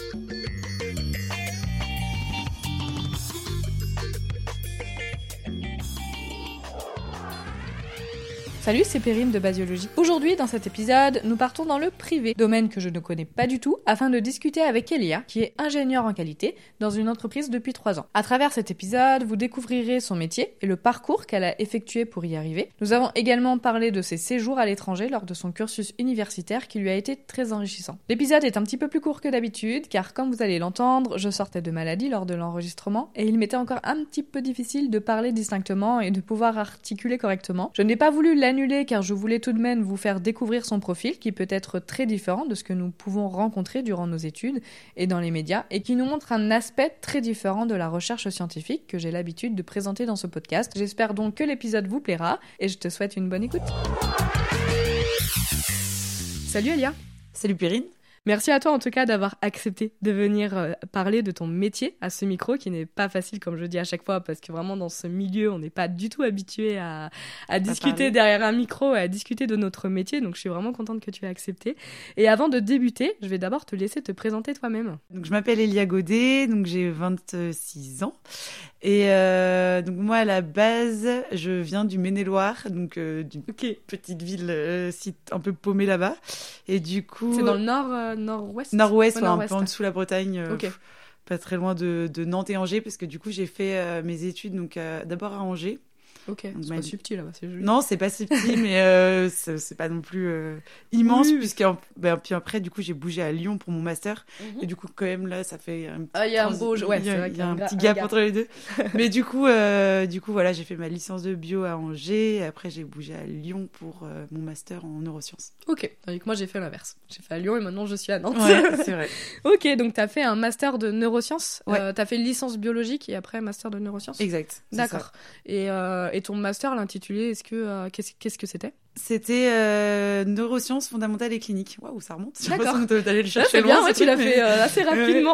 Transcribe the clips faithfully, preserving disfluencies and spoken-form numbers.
Salut, c'est Perrine de Basiologie. Aujourd'hui, dans cet épisode, nous partons dans le privé, domaine que je ne connais pas du tout, afin de discuter avec Elia, qui est ingénieure en qualité dans une entreprise depuis trois ans. À travers cet épisode, vous découvrirez son métier et le parcours qu'elle a effectué pour y arriver. Nous avons également parlé de ses séjours à l'étranger lors de son cursus universitaire qui lui a été très enrichissant. L'épisode est un petit peu plus court que d'habitude, car comme vous allez l'entendre, je sortais de maladie lors de l'enregistrement et il m'était encore un petit peu difficile de parler distinctement et de pouvoir articuler correctement. Je n'ai pas voulu l'annuler car je voulais tout de même vous faire découvrir son profil qui peut être très différent de ce que nous pouvons rencontrer durant nos études et dans les médias et qui nous montre un aspect très différent de la recherche scientifique que j'ai l'habitude de présenter dans ce podcast. J'espère donc que l'épisode vous plaira et je te souhaite une bonne écoute. Salut Elia. Salut Perrine. Merci à toi en tout cas d'avoir accepté de venir euh, parler de ton métier à ce micro qui n'est pas facile comme je dis à chaque fois parce que vraiment dans ce milieu on n'est pas du tout habitué à, à discuter derrière un micro et à discuter de notre métier, donc je suis vraiment contente que tu aies accepté. Et avant de débuter, je vais d'abord te laisser te présenter toi-même. Donc je m'appelle Elia Godet, donc j'ai vingt-six ans et euh, donc moi à la base je viens du Maine-et-Loire, donc euh, d'une okay. petite ville euh, site un peu paumée là-bas et du coup c'est dans le nord euh... Nord-ouest Nord-ouest, ouais, ouais, nord-ouest, un peu en dessous de la Bretagne, euh, okay. pff, pas très loin de, de Nantes et Angers, parce que du coup j'ai fait euh, mes études donc euh, d'abord à Angers. Ok, donc, c'est ma... pas subtil là-bas, c'est joli. Non, c'est pas subtil, mais euh, c'est, c'est pas non plus euh, immense, oui. puisque ben, puis après du coup j'ai bougé à Lyon pour mon master, mm-hmm. et du coup quand même là ça fait un petit, ah, il y a un beau, ouais, il y a, c'est vrai il y a un, gra- petit gap un entre les deux. Mais du coup, euh, du coup voilà, j'ai fait ma licence de bio à Angers, et après j'ai bougé à Lyon pour euh, mon master en neurosciences. Ok, donc moi j'ai fait l'inverse. J'ai fait à Lyon et maintenant je suis à Nantes. Ouais, c'est vrai. Ok, donc t'as fait un master de neurosciences. Ouais. Euh, t'as fait licence biologique et après master de neurosciences. Exact. D'accord. Ça. Et, euh, et ton master, l'intitulé, est-ce que euh, qu'est-ce, qu'est-ce que c'était ? C'était euh, neurosciences fondamentales et cliniques. Waouh, ça remonte. J'ai D'accord. D'aller le chercher c'est loin, bien, ouais, tu l'as mais... fait euh, assez rapidement.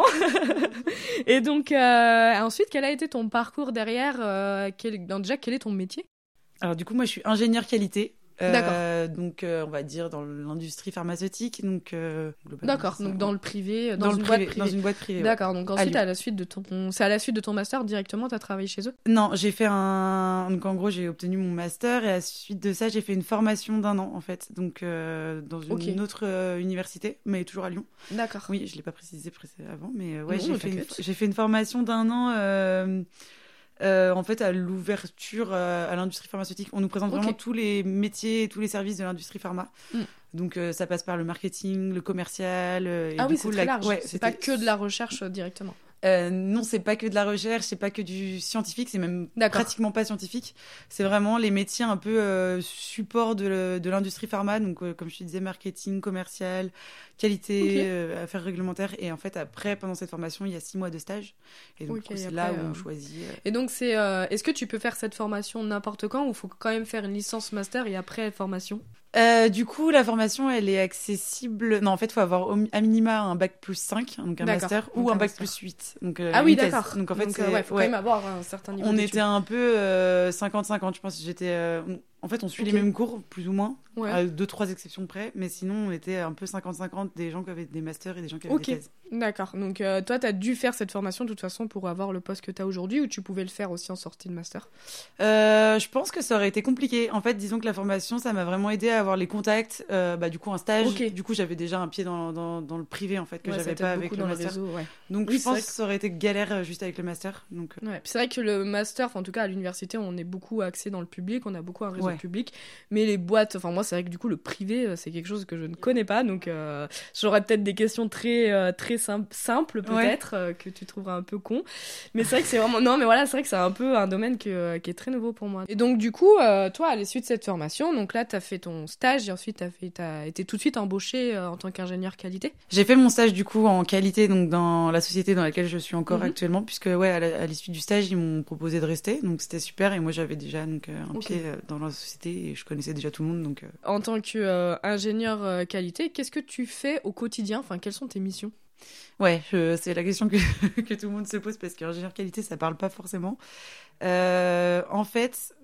Et donc, euh, ensuite, quel a été ton parcours derrière euh, quel... Donc, déjà, quel est ton métier ? Alors du coup, moi, je suis ingénieure qualité. Euh, D'accord. Donc, euh, on va dire dans l'industrie pharmaceutique. Donc, euh, D'accord. Donc, dans le privé, dans, dans une le boîte privé, privée. Dans une boîte privée. D'accord. Ouais. Donc, ensuite, à, à la suite de ton, c'est à la suite de ton master directement, tu as travaillé chez eux ? Non, j'ai fait un. Donc, en gros, j'ai obtenu mon master et à la suite de ça, j'ai fait une formation d'un an en fait. Donc, euh, dans une okay. autre euh, université, mais toujours à Lyon. D'accord. Oui, je l'ai pas précisé avant, mais euh, ouais, non, j'ai fait une... j'ai fait une formation d'un an. Euh... Euh, en fait, à l'ouverture euh, à l'industrie pharmaceutique, on nous présente okay. vraiment tous les métiers et tous les services de l'industrie pharma. Mm. Donc, euh, ça passe par le marketing, le commercial. Euh, et ah du oui, coup, c'est la... très large. Ouais, c'est c'était... pas que de la recherche euh, directement. Euh, non, c'est pas que de la recherche, c'est pas que du scientifique, c'est même D'accord. pratiquement pas scientifique. C'est vraiment les métiers un peu euh, support de, le, de l'industrie pharma, donc euh, comme je te disais, marketing, commercial, qualité, okay. euh, affaires réglementaires. Et en fait, après, pendant cette formation, il y a six mois de stage. Et donc, okay, c'est après, là où euh... on choisit. Euh... Et donc, c'est, euh, est-ce que tu peux faire cette formation n'importe quand ou il faut quand même faire une licence master et après formation ? Euh, du coup, la formation, elle est accessible. Non, en fait, il faut avoir à minima un bac plus cinq, donc un d'accord. master, donc ou un, un bac master. plus huit. Donc, euh, ah oui, d'accord. Donc, en fait, donc, c'est... Euh, ouais, faut ouais. quand même avoir un certain niveau On d'études. était un peu euh, cinquante cinquante, je pense. J'étais... Euh... En fait, on suit okay. les mêmes cours, plus ou moins, ouais. à deux, trois exceptions près. Mais sinon, on était un peu cinquante cinquante, des gens qui avaient des masters et des gens qui avaient okay. des thèses. D'accord. Donc, euh, toi, tu as dû faire cette formation, de toute façon, pour avoir le poste que tu as aujourd'hui, ou tu pouvais le faire aussi en sortie de master ? euh, Je pense que ça aurait été compliqué. En fait, disons que la formation, ça m'a vraiment aidé à avoir les contacts, euh, bah, du coup, un stage. Okay. Du coup, j'avais déjà un pied dans, dans, dans le privé, en fait, que ouais, j'avais pas avec le master. Réseaux, ouais. Donc, oui, je pense que... que ça aurait été galère juste avec le master. Donc... Ouais. Puis c'est vrai que le master, en tout cas, à l'université, on est beaucoup axé dans le public, on a beaucoup un réseau ouais. public. Mais les boîtes, enfin moi c'est vrai que du coup le privé c'est quelque chose que je ne connais pas, donc euh, j'aurais peut-être des questions très euh, très sim- simples peut-être ouais. euh, que tu trouveras un peu con, mais c'est vrai que c'est vraiment non mais voilà c'est vrai que c'est un peu un domaine que, qui est très nouveau pour moi. Et donc du coup euh, toi à l'issue de cette formation, donc là t'as fait ton stage et ensuite t'as fait t'as été tout de suite embauché euh, en tant qu'ingénieur qualité. J'ai fait mon stage du coup en qualité donc dans la société dans laquelle je suis encore mm-hmm. actuellement, puisque ouais à, la, à l'issue du stage ils m'ont proposé de rester, donc c'était super et moi j'avais déjà donc un okay. pied dans la société et je connaissais déjà tout le monde donc. En tant qu'ingénieur euh, euh, qualité, qu'est-ce que tu fais au quotidien ? Enfin, quelles sont tes missions ? Ouais, je, c'est la question que, que tout le monde se pose parce qu'ingénieur qualité, ça parle pas forcément. Euh, en fait,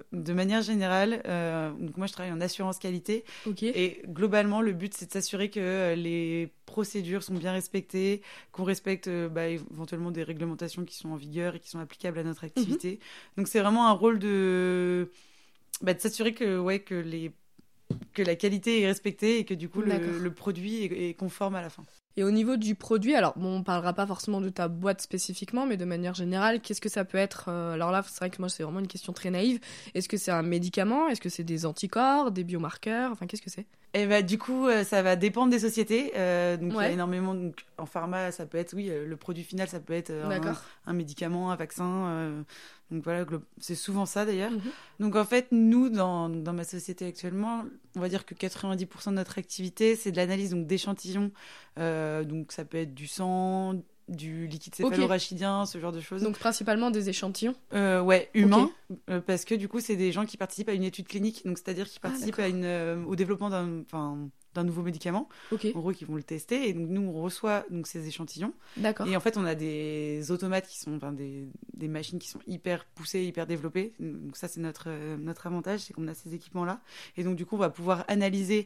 de manière générale, euh, donc moi je travaille en assurance qualité. Ok. Et globalement, le but c'est de s'assurer que euh, les procédures sont bien respectées, qu'on respecte euh, bah, éventuellement des réglementations qui sont en vigueur et qui sont applicables à notre activité. Mm-hmm. Donc c'est vraiment un rôle de, bah, de s'assurer que, ouais, que, les... que la qualité est respectée et que du coup le, le produit est, est conforme à la fin. Et au niveau du produit, alors bon, on parlera pas forcément de ta boîte spécifiquement, mais de manière générale, qu'est-ce que ça peut être euh, Alors là, c'est vrai que moi, c'est vraiment une question très naïve. Est-ce que c'est un médicament ? Est-ce que c'est des anticorps, des biomarqueurs ? Enfin, qu'est-ce que c'est ? Et bah, du coup, euh, ça va dépendre des sociétés. Euh, donc, ouais. il y a énormément. Donc, en pharma, ça peut être, oui, euh, le produit final, ça peut être euh, un, un médicament, un vaccin. Euh, donc voilà, c'est souvent ça d'ailleurs. Mm-hmm. Donc en fait, nous, dans, dans ma société actuellement, on va dire que quatre-vingt-dix pour cent de notre activité, c'est de l'analyse donc, d'échantillons. Euh, donc ça peut être du sang, du liquide céphalorachidien, okay. ce genre de choses. Donc principalement des échantillons euh, Ouais, humains, okay. euh, parce que du coup, c'est des gens qui participent à une étude clinique, donc c'est-à-dire qui participent ah, à une, euh, au développement d'un, d'un nouveau médicament, okay. en gros, qui vont le tester, et donc nous, on reçoit donc, ces échantillons. D'accord. Et en fait, on a des automates qui sont, enfin, des, des machines qui sont hyper poussées, hyper développées, donc ça, c'est notre, euh, notre avantage, c'est qu'on a ces équipements-là, et donc du coup, on va pouvoir analyser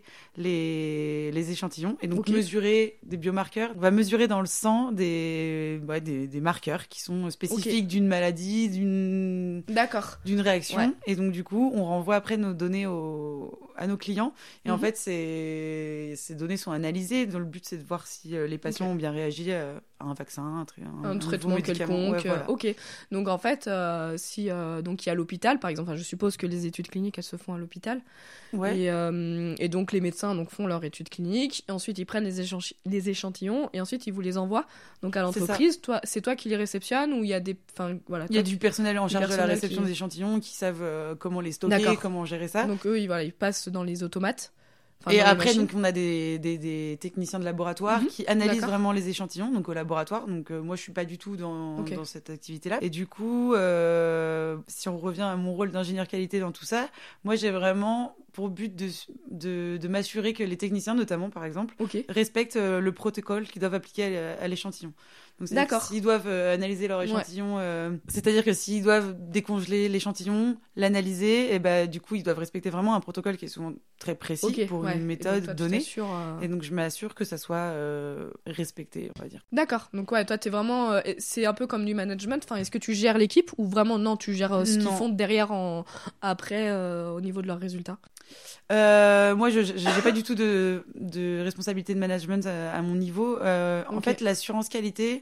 les, les échantillons, et donc okay. mesurer des biomarqueurs. On va mesurer dans le sang des, ouais, des, des marqueurs qui sont spécifiques okay. d'une maladie, d'une, D'accord. d'une réaction. Ouais. Et donc, du coup, on renvoie après nos données au, à nos clients. Et mm-hmm. en fait, ces, ces données sont analysées. Donc, le but, c'est de voir si euh, les patients okay. ont bien réagi à, à un vaccin, un, un, un, un traitement quelconque. Ouais, voilà. Ok. Donc, en fait, euh, si euh, donc il y a l'hôpital, par exemple, enfin, je suppose que les études cliniques, elles se font à l'hôpital. Ouais. Et, euh, et donc, les médecins donc, font leur étude clinique. Et ensuite, ils prennent les, échanchi- les échantillons et ensuite, ils vous les envoient donc, à l'entreprise. C'est, toi, c'est toi qui les réceptionnes ou il y a des... Enfin, voilà, il y a du personnel en charge de la réception qui... des échantillons qui savent euh, comment les stocker, D'accord. comment gérer ça. Donc, eux, ils, voilà, ils passent dans les automates. Et après, donc, on a des, des, des techniciens de laboratoire mm-hmm. qui analysent D'accord. vraiment les échantillons, donc au laboratoire. Donc, euh, moi, je suis pas du tout dans, okay. dans cette activité-là. Et du coup, euh, si on revient à mon rôle d'ingénieur qualité dans tout ça, moi, j'ai vraiment pour but de, de, de m'assurer que les techniciens, notamment, par exemple, okay. respectent euh, le protocole qu'ils doivent appliquer à, à l'échantillon. Donc, c'est D'accord. S'ils doivent euh, analyser leur échantillon, ouais. euh, c'est-à-dire que s'ils doivent décongeler l'échantillon, l'analyser, et bah, du coup, ils doivent respecter vraiment un protocole qui est souvent très précis okay. pour ouais. une méthode et donc, toi, donnée. Euh... Et donc, je m'assure que ça soit euh, respecté, on va dire. D'accord. Donc, ouais, toi, t'es vraiment... Euh, c'est un peu comme du management. Enfin, est-ce que tu gères l'équipe ou vraiment, non, tu gères euh, ce non. qu'ils font derrière, en... après, euh, au niveau de leurs résultats euh, Moi, je n'ai pas du tout de, de responsabilité de management à, à mon niveau. Euh, okay. En fait, l'assurance qualité...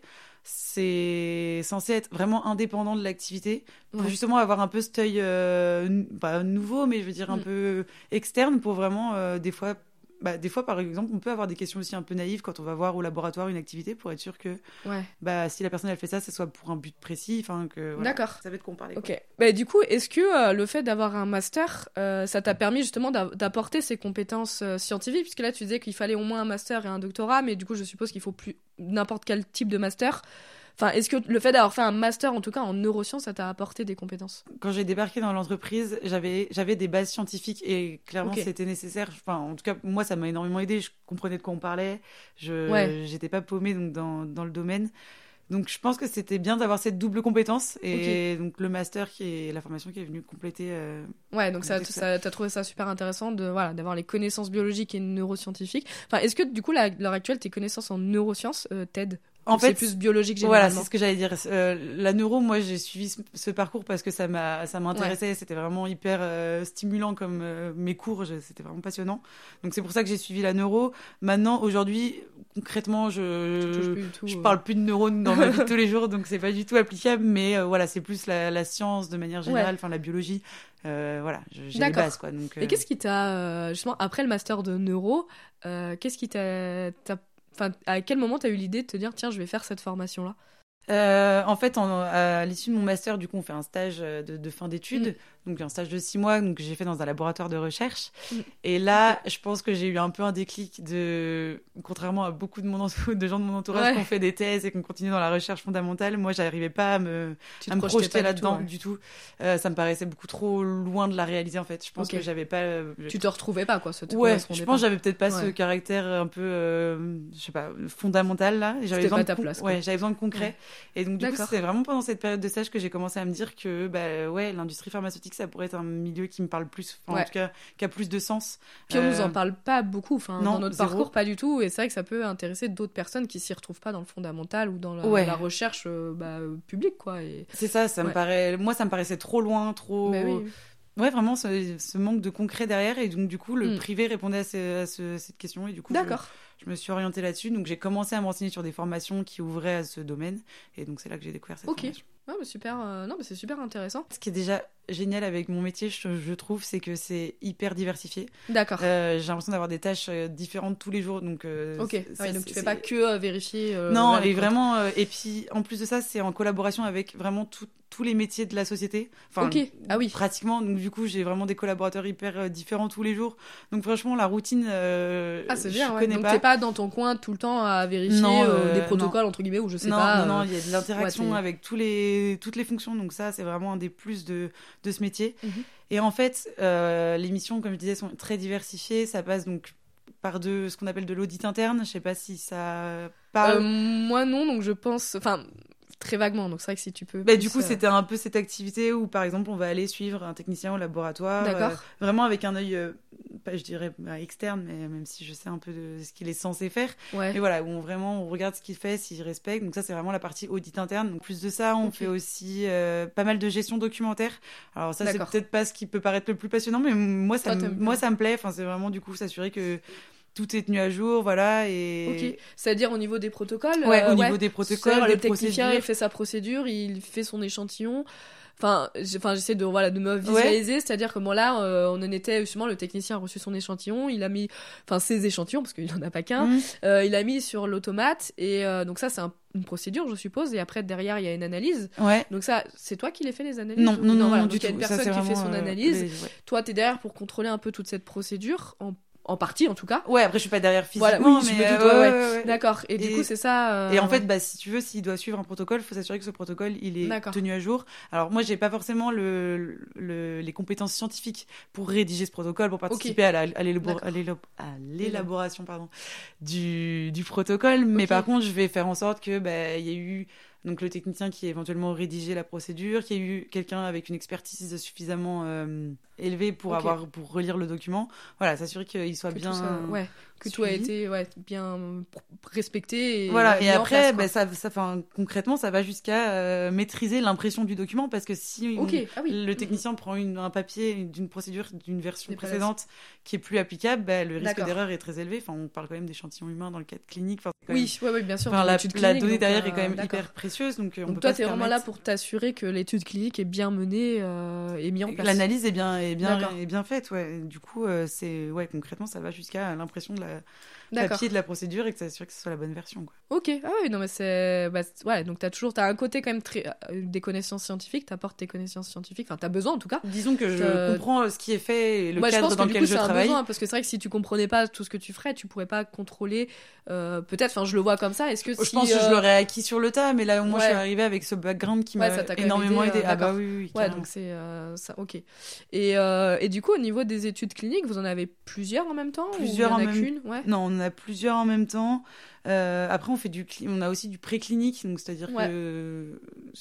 c'est censé être vraiment indépendant de l'activité pour ouais. justement avoir un peu cet œil euh, pas nouveau mais je veux dire un mm. peu externe pour vraiment euh, des fois bah, des fois par exemple on peut avoir des questions aussi un peu naïves quand on va voir au laboratoire une activité pour être sûr que ouais. bah, si la personne elle fait ça ça soit pour un but précis enfin que voilà, d'accord ça va être comparé ok bah, du coup est-ce que euh, le fait d'avoir un master euh, ça t'a permis justement d'a- d'apporter ces compétences euh, scientifiques puisque là tu disais qu'il fallait au moins un master et un doctorat mais du coup je suppose qu'il faut plus n'importe quel type de master. Enfin, est-ce que le fait d'avoir fait un master, en tout cas en neurosciences, ça t'a apporté des compétences ? Quand j'ai débarqué dans l'entreprise, j'avais, j'avais des bases scientifiques et clairement okay. c'était nécessaire. Enfin, en tout cas, moi, ça m'a énormément aidé. Je comprenais de quoi on parlait. Je ouais. j'étais pas paumée donc, dans, dans le domaine. Donc, je pense que c'était bien d'avoir cette double compétence et okay. donc le master qui est la formation qui est venue compléter. Euh, ouais, donc ça, ça, t'as trouvé ça super intéressant de voilà d'avoir les connaissances biologiques et neuroscientifiques. Enfin, est-ce que du coup, à l'heure actuelle, tes connaissances en neurosciences euh, t'aident ? En fait, c'est plus biologique généralement. Voilà, c'est ce que j'allais dire. Euh, la neuro, moi, j'ai suivi ce, ce parcours parce que ça m'a, ça m'intéressait. Ouais. C'était vraiment hyper euh, stimulant comme euh, mes cours. Je, c'était vraiment passionnant. Donc c'est pour ça que j'ai suivi la neuro. Maintenant, aujourd'hui, concrètement, je, plus tout, je euh... parle plus de neurones dans ma vie de tous les jours, donc c'est pas du tout applicable. Mais euh, voilà, c'est plus la, la science de manière générale, enfin ouais. la biologie. Euh, voilà, j'ai D'accord. les bases quoi. Donc. Euh... Et qu'est-ce qui t'a euh, justement après le master de neuro, euh, qu'est-ce qui t'a, t'a Enfin, à quel moment tu as eu l'idée de te dire tiens, je vais faire cette formation-là ? Euh, en fait, en, à l'issue de mon master, du coup, on fait un stage de, de fin d'études, mmh. donc un stage de six mois, donc j'ai fait dans un laboratoire de recherche. Mmh. Et là, je pense que j'ai eu un peu un déclic de, contrairement à beaucoup de, mon entour... de gens de mon entourage ouais. qui ont fait des thèses et qui ont continué dans la recherche fondamentale, moi, j'arrivais pas à me, à me projeter là-dedans du tout. Ouais. Du tout. Euh, ça me paraissait beaucoup trop loin de la réaliser, en fait. Je pense okay. que j'avais pas. Euh, tu te retrouvais pas, quoi. Ça te ouais, je pense pas. que j'avais peut-être pas ouais. ce caractère un peu, euh, je sais pas, fondamental là. J'avais C'était besoin pas de ta con... place. Quoi. Ouais, j'avais besoin de concret. Ouais. Et donc, du D'accord. coup, c'était vraiment pendant cette période de stage que j'ai commencé à me dire que, bah, ouais, l'industrie pharmaceutique, que ça pourrait être un milieu qui me parle plus, enfin, ouais. en tout cas, qui a plus de sens. Puis on euh... nous en parle pas beaucoup, enfin, non, dans notre zéro. parcours, pas du tout. Et c'est vrai que ça peut intéresser d'autres personnes qui s'y retrouvent pas dans le fondamental ou dans la, ouais. la recherche euh, bah, publique, quoi. Et... C'est ça, ça ouais. me paraît... Moi, ça me paraissait trop loin, trop... Bah oui. Ouais, vraiment, ce, ce manque de concret derrière. Et donc, du coup, le mm. privé répondait à, ce, à ce, cette question. Et du coup, D'accord. Je, je me suis orientée là-dessus. Donc, j'ai commencé à me renseigner sur des formations qui ouvraient à ce domaine. Et donc, c'est là que j'ai découvert cette Ok. formation. Ouais, mais super, euh, non, mais c'est super intéressant. Ce qui est déjà génial avec mon métier, je, je trouve, c'est que c'est hyper diversifié. D'accord. Euh, j'ai l'impression d'avoir des tâches euh, différentes tous les jours. Donc, euh, ok, ça, ah oui, donc c'est, tu fais c'est... pas que euh, vérifier. Euh, non, là, et vraiment, euh, et puis en plus de ça, c'est en collaboration avec vraiment tout, tous les métiers de la société. Enfin, ok, ah oui. Pratiquement. Donc, du coup, j'ai vraiment des collaborateurs hyper euh, différents tous les jours. Donc, franchement, la routine, euh, ah, c'est je bien, ouais. connais donc, pas. t'es pas dans ton coin tout le temps à vérifier non, euh, euh, des protocoles, non. entre guillemets, ou je sais non, pas. Non, non, euh... il y a de l'interaction ouais, avec tous les, toutes les fonctions. Donc, ça, c'est vraiment un des plus de, de ce métier. Mm-hmm. Et en fait, euh, les missions, comme je disais, sont très diversifiées. Ça passe donc par de, ce qu'on appelle de l'audit interne. Je sais pas si ça parle. Euh, moi, non, donc je pense. Enfin. Très vaguement, donc c'est vrai que si tu peux. Bah, du coup, euh... c'était un peu cette activité où, par exemple, on va aller suivre un technicien au laboratoire. D'accord. Euh, vraiment avec un œil, euh, pas, je dirais, bah, externe, mais même si je sais un peu de ce qu'il est censé faire. Ouais. Mais voilà, où on, vraiment, on regarde ce qu'il fait, s'il respecte. Donc ça, c'est vraiment la partie audit interne. Donc plus de ça, on okay. fait aussi euh, pas mal de gestion documentaire. Alors ça, D'accord. c'est peut-être pas ce qui peut paraître le plus passionnant, mais moi, ça, Toi, me, moi, ça me plaît. Enfin, c'est vraiment, du coup, s'assurer que tout est tenu à jour, voilà. Et... Ok, c'est-à-dire au niveau des protocoles. Ouais, euh, au niveau ouais. des protocoles, le des technicien, procédures. il fait sa procédure, il fait son échantillon. Enfin, enfin, j'essaie de voilà de me visualiser, ouais. c'est-à-dire que bon là, euh, on en était justement, le technicien a reçu son échantillon, il a mis, enfin ses échantillons parce qu'il en a pas qu'un, mmh. euh, il a mis sur l'automate et euh, donc ça c'est un, une procédure, je suppose, et après derrière il y a une analyse. Ouais. Donc ça, c'est toi qui les fais les analyses? Non, ou... non, non, voilà, non donc du il y a une tout. personne ça, qui fait son euh, analyse. Les... Ouais. Toi, t'es derrière pour contrôler un peu toute cette procédure en En partie, en tout cas. Ouais, après, je suis pas derrière physiquement, voilà, oui, mais... Je me doute, euh, ouais, ouais, ouais, ouais. D'accord. Et, et du coup, c'est ça... Euh... Et en fait, bah, si tu veux, s'il doit suivre un protocole, il faut s'assurer que ce protocole, il est D'accord. tenu à jour. Alors, moi, j'ai pas forcément le, le, les compétences scientifiques pour rédiger ce protocole, pour participer okay. à, la, à, l'élabor... à, l'élab... à l'élaboration pardon, du, du protocole. Mais okay. par contre, je vais faire en sorte que, bah, il y ait eu... Donc le technicien qui a éventuellement rédigé la procédure, qu'il y ait eu quelqu'un avec une expertise suffisamment euh, élevée pour, okay. avoir, pour relire le document. Voilà, s'assurer qu'il soit que bien... Tout ça, ouais, que suivi. Tout a été ouais, bien respecté. Et voilà, et après, place, bah, ça, ça, fin, concrètement, ça va jusqu'à euh, maîtriser l'impression du document, parce que si okay. on, ah, oui. le technicien mmh. prend une, un papier d'une procédure d'une version précédente qui est plus applicable, bah, le risque D'accord. d'erreur est très élevé. Enfin, on parle quand même d'échantillons humains dans le cadre clinique. Enfin, oui, même... ouais, ouais, bien sûr. Enfin, la, clinique, la donnée derrière euh, est quand même d'accord. hyper précieuse. Donc, on donc peut toi, pas t'es vraiment permettre... là pour t'assurer que l'étude clinique est bien menée euh, et mise en place. L'analyse est bien, est bien, est bien faite, ouais. Du coup, euh, c'est, ouais, concrètement, ça va jusqu'à l'impression de la papier de la procédure et que ça s'assure que ce soit la bonne version, quoi. Ok, ah oui, non mais c'est, bah, ouais, donc t'as toujours, t'as un côté quand même très, des connaissances scientifiques, t'apportes tes connaissances scientifiques, enfin t'as besoin en tout cas. Disons que je euh... comprends ce qui est fait et le ouais, cadre je pense dans que, lequel du coup, je c'est travaille. Un besoin, parce que c'est vrai que si tu comprenais pas tout ce que tu ferais, tu pourrais pas contrôler. Euh, peut-être, enfin je le vois comme ça. Est-ce que je si, pense euh... que je l'aurais acquis sur le tas, mais là au moins ouais. je suis arrivée avec ce background qui ouais, m'a énormément aidé. aidé. Euh, ah bah oui, oui, oui ouais, donc c'est euh, ça, ok. Et euh, et du coup au niveau des études cliniques, vous en avez plusieurs en même temps? Plusieurs ou il y en, en a même. Qu'une ouais. Non, on en a plusieurs en même temps. Euh, après, on fait du, cli... on a aussi du préclinique, donc c'est-à-dire ouais. que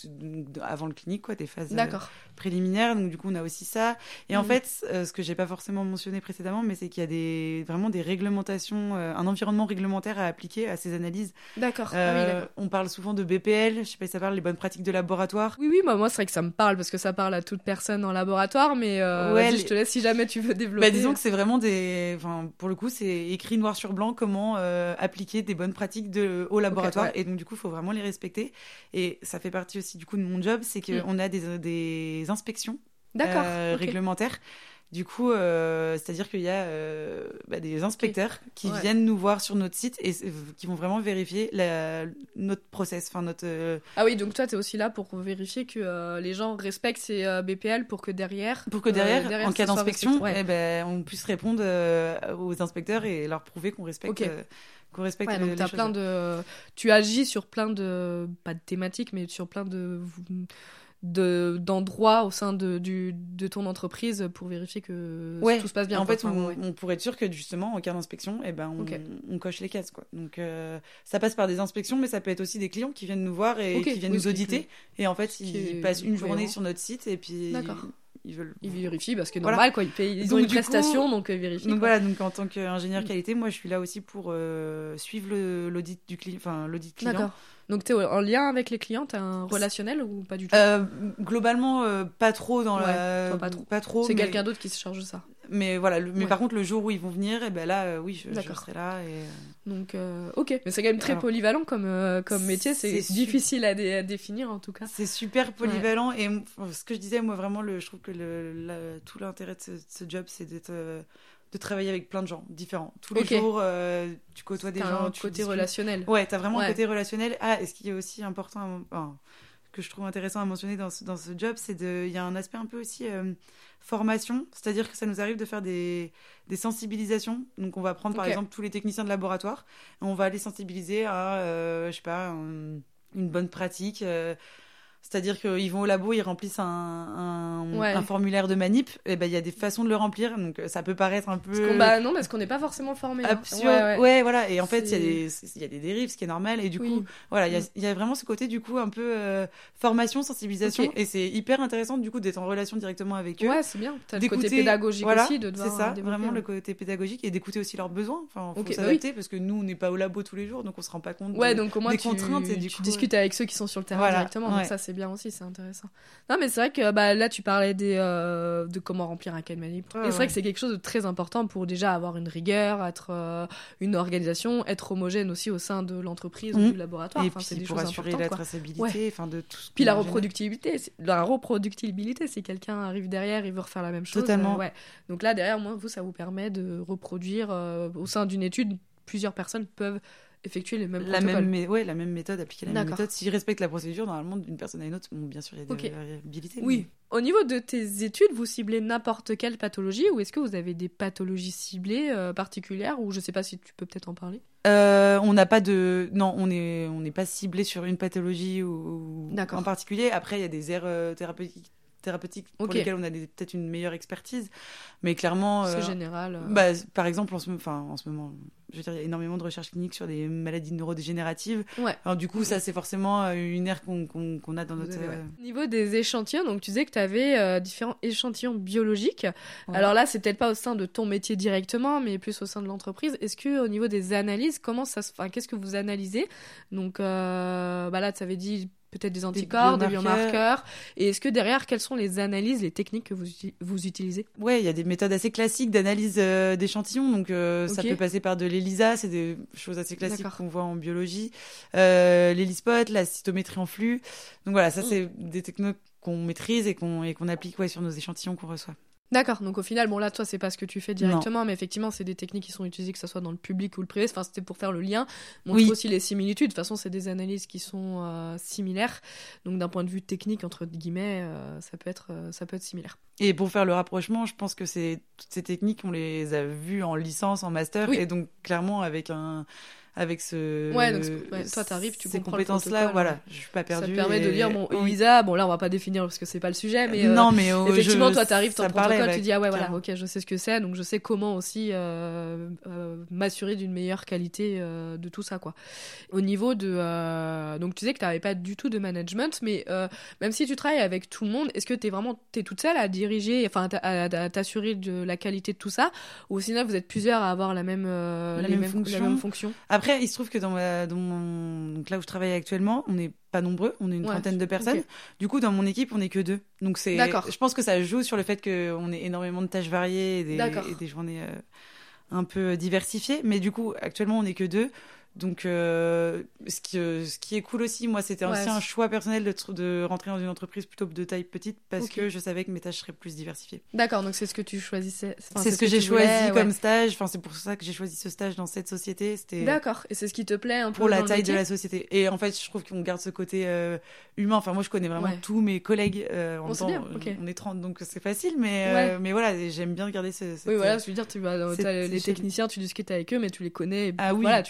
avant le clinique, quoi, des phases euh, préliminaires. Donc du coup, on a aussi ça. Et mmh. en fait, euh, ce que j'ai pas forcément mentionné précédemment, mais c'est qu'il y a des vraiment des réglementations, euh, un environnement réglementaire à appliquer à ces analyses. D'accord. Euh, ah oui, d'accord. On parle souvent de B P L. Je sais pas si ça parle, les bonnes pratiques de laboratoire. Oui, oui, bah, moi c'est vrai que ça me parle parce que ça parle à toute personne en laboratoire, mais euh, ouais, les... je te laisse si jamais tu veux développer. Bah, disons que c'est vraiment des, enfin, pour le coup, c'est écrit noir sur blanc comment euh, appliquer des bonnes pratiques de au laboratoire okay, ouais. et donc du coup il faut vraiment les respecter et ça fait partie aussi du coup de mon job, c'est qu'on mm. a des, des inspections euh, okay. réglementaires du coup euh, c'est à dire qu'il y a euh, bah, des inspecteurs okay. qui ouais. viennent nous voir sur notre site et euh, qui vont vraiment vérifier la, notre process, enfin notre euh... ah oui, donc toi t'es aussi là pour vérifier que euh, les gens respectent ces euh, B P L pour que derrière pour que derrière, euh, derrière en cas d'inspection ouais. eh ben, on puisse répondre euh, aux inspecteurs et leur prouver qu'on respecte okay. euh, qu'on respecte ouais, les, donc t'as les plein choses. de tu agis sur plein de pas de thématiques mais sur plein de de d'endroits au sein de du de ton entreprise pour vérifier que ouais. tout se passe bien. En fait, enfin, on, ouais. on pourrait être sûr que justement en cas d'inspection, eh ben on, okay. on coche les cases, quoi. Donc euh, ça passe par des inspections, mais ça peut être aussi des clients qui viennent nous voir et okay. qui viennent oui, nous auditer. Et en fait, qui ils est... passent une cohérent. journée sur notre site et puis D'accord. ils veulent. Ils vérifient parce que Voilà. normal, quoi. Ils, payent, ils Donc, ont une du prestation, coup, donc ils vérifient. Donc quoi. voilà, donc en tant qu'ingénieur qualité, moi je suis là aussi pour euh, suivre le, l'audit du client, enfin l'audit client. D'accord. Donc t'es en lien avec les clients, t'as un relationnel ou pas du tout? Euh, globalement, euh, pas trop dans Ouais, la. toi, pas trop. Pas trop. C'est mais... quelqu'un d'autre qui se charge de ça. Mais voilà, le... mais Ouais. par contre, le jour où ils vont venir, et ben là, euh, oui, je, je D'accord. serai là. Et... Donc, euh, ok. Mais c'est quand même très Alors, polyvalent comme, euh, comme métier. C'est, c'est difficile à, dé- à définir, en tout cas. C'est super polyvalent. Et enfin, ce que je disais, moi, vraiment, le... je trouve que le... la... tout l'intérêt de ce, ce job, c'est d'être. Euh... de travailler avec plein de gens différents. Tous les Ok. jours, euh, tu côtoies des T'as gens. un tu côté discutes. relationnel. Ouais, t'as vraiment Ouais. un côté relationnel. Ah, et ce qui est aussi important, à... enfin, que je trouve intéressant à mentionner dans ce, dans ce job, c'est de, il y a un aspect un peu aussi euh, formation, c'est-à-dire que ça nous arrive de faire des, des sensibilisations. Donc, on va prendre par Ok. exemple tous les techniciens de laboratoire, et on va les sensibiliser à, euh, je sais pas, un- une bonne pratique. euh, C'est-à-dire qu'ils vont au labo, ils remplissent un, un, Ouais. un formulaire de manip, et ben il y a des façons de le remblir, donc euh, ça peut paraître un peu Parce qu'on, bah, non, parce qu'on n'est pas forcément formé. hein. absurde. Ouais, Ouais, ouais. voilà. Et en fait, il y C'est- a des, c'est- il y a des dérives, ce qui est normal. Et du Oui. coup, voilà, il y a, Mm. il y a vraiment ce côté du coup un peu euh, formation, sensibilisation, Ok. et c'est hyper intéressant du coup d'être en relation directement avec eux. Ouais, c'est bien. T'as le côté d'écouter- pédagogique voilà, aussi, de devoir c'est ça, euh, développer, vraiment ouais. le côté pédagogique et d'écouter aussi leurs besoins. Enfin, faut Ok, bah s'adapter parce que nous, on n'est pas au labo tous les jours, donc on se rend pas compte. Ouais, de- donc au moins des tu, contraintes et du tu coup, discutes avec ceux qui sont sur le terrain Voilà, directement. ouais. Donc ça, c'est bien aussi, c'est intéressant. Non, mais c'est vrai que bah, là, tu parlais des, euh, de comment remplir un cas de manip. Ouais, et c'est vrai ouais. que c'est quelque chose de très important pour déjà avoir une rigueur, être euh, une organisation, être homogène aussi au sein de l'entreprise Mhm. ou du laboratoire. Et Enfin, puis c'est des pour choses assurer importantes. la quoi. traçabilité, Ouais. enfin de tout. ce Puis la qu'on génère. reproductibilité, c'est- la reproductibilité, si quelqu'un arrive derrière, il veut refaire la même chose. Totalement. euh, ouais. Donc là, derrière, moi, vous, ça vous permet de reproduire euh, au sein d'une étude, plusieurs personnes peuvent effectuer les mêmes La protocoles. même, mé- ouais, la même méthode, appliquer la même D'accord. méthode. S'ils respectent la procédure, normalement, d'une personne à une autre, bon, bien sûr, il y a des Ok. variabilités. Oui. Au niveau de tes études, vous ciblez n'importe quelle pathologie ou est-ce que vous avez des pathologies ciblées euh, particulières ou je sais pas si tu peux peut-être en parler. mais- Euh, on n'a pas de, non, on est, on n'est pas ciblé sur une pathologie ou, ou D'accord. en particulier. Après, il y a des aires euh, thérapeutiques, thérapeutiques pour Ok. lesquelles on a des- peut-être une meilleure expertise, mais clairement, C'est euh, général. euh. bah, par exemple, en ce, enfin, en ce moment, je veux dire, il y a énormément de recherches cliniques sur des maladies neurodégénératives. Ouais. Alors du coup, ça, c'est forcément euh, une aire qu'on, qu'on, qu'on a dans Vous notre. avez, ouais. euh, Au niveau des échantillons, donc tu disais que tu avais différents échantillons biologiques. Ouais. Alors là, c'est peut-être pas au sein de ton métier directement, mais plus au sein de l'entreprise. Est-ce que au niveau des analyses, comment ça se, enfin, qu'est-ce que vous analysez? Donc, euh, bah là, tu avais dit peut-être des anticorps, des biomarqueurs. biomarqueurs. Et est-ce que derrière, quelles sont les analyses, les techniques que vous, uti- vous utilisez? Ouais, il y a des méthodes assez classiques d'analyse euh, d'échantillons. Donc, euh, ça Ok. peut passer par de l'ELISA, c'est des choses assez classiques D'accord. qu'on voit en biologie. Euh, L'hélispot, la cytométrie en flux. Donc voilà, ça, Mm. c'est des technos qu'on maîtrise et qu'on et qu'on applique ouais, sur nos échantillons qu'on reçoit. D'accord, donc au final, bon là, toi, c'est pas ce que tu fais directement, mais effectivement, c'est des techniques qui sont utilisées, que ce soit dans le public ou le privé. Enfin, c'était pour faire le lien, montrer Oui. aussi les similitudes. De toute façon, c'est des analyses qui sont euh, similaires. Donc, d'un point de vue technique, entre guillemets, euh, ça peut être, euh, ça peut être similaire. Et pour faire le rapprochement, je pense que c'est toutes ces techniques, on les a vues en licence, en master, Oui. et donc clairement avec un avec ce Ouais, donc, ouais, toi, t'arrives, tu ces comprends le compétences là, protocole, voilà, ouais. je suis pas Ça perdue. te permet de et- dire, bon, oui. ELISA, bon là, on va pas définir parce que c'est pas le sujet, mais euh, non, mais oh, effectivement, je- toi, t'arrives, ça ton me parlait, protocole, ouais, tu dis, ah ouais, voilà, clairement. ok, je sais ce que c'est, donc je sais comment aussi euh, euh, m'assurer d'une meilleure qualité euh, de tout ça, quoi. Au niveau de... euh, donc, tu disais que t'avais pas du tout de management, mais euh, même si tu travailles avec tout le monde, est-ce que t'es vraiment t'es toute seule à diriger, enfin, à, à- à t'assurer de la qualité de tout ça, ou au final, vous êtes plusieurs à avoir la même, euh, La les même mêmes- fonction. la même fonction? Après, il se trouve que dans, ma, dans mon... donc là où je travaille actuellement, on n'est pas nombreux, on est une Ouais, trentaine de personnes. ok. Du coup, dans mon équipe, on n'est que deux. Donc c'est, D'accord. je pense que ça joue sur le fait qu'on ait énormément de tâches variées et des, D'accord. et des journées euh, un peu diversifiées. Mais du coup, actuellement, on n'est que deux. Donc, euh, ce, qui, euh, ce qui est cool aussi, moi, c'était Ouais, aussi un c'est- choix personnel de, tr- de rentrer dans une entreprise plutôt de taille petite parce Ok. que je savais que mes tâches seraient plus diversifiées. D'accord, donc c'est ce que tu choisissais. Enfin, c'est ce que, j'ai tu choisi voulais, ouais. comme stage. Enfin, c'est pour ça que j'ai choisi ce stage dans cette société. C'était D'accord, et c'est ce qui te plaît un peu pour la dans le taille de métier la société. Et en fait, je trouve qu'on garde ce côté euh, humain. Enfin, moi, je connais vraiment Ouais. tous mes collègues. Euh, en Bon, même c'est temps, bien, euh, ok. on est trente, donc c'est facile. Mais, euh, Ouais. mais voilà, j'aime bien garder ce. cette- Oui, voilà, je veux dire, tu vas, c'est- t'as les c'est techniciens, tu discutes avec eux, mais tu les connais. Ah oui, Voilà, tu les connais ouais.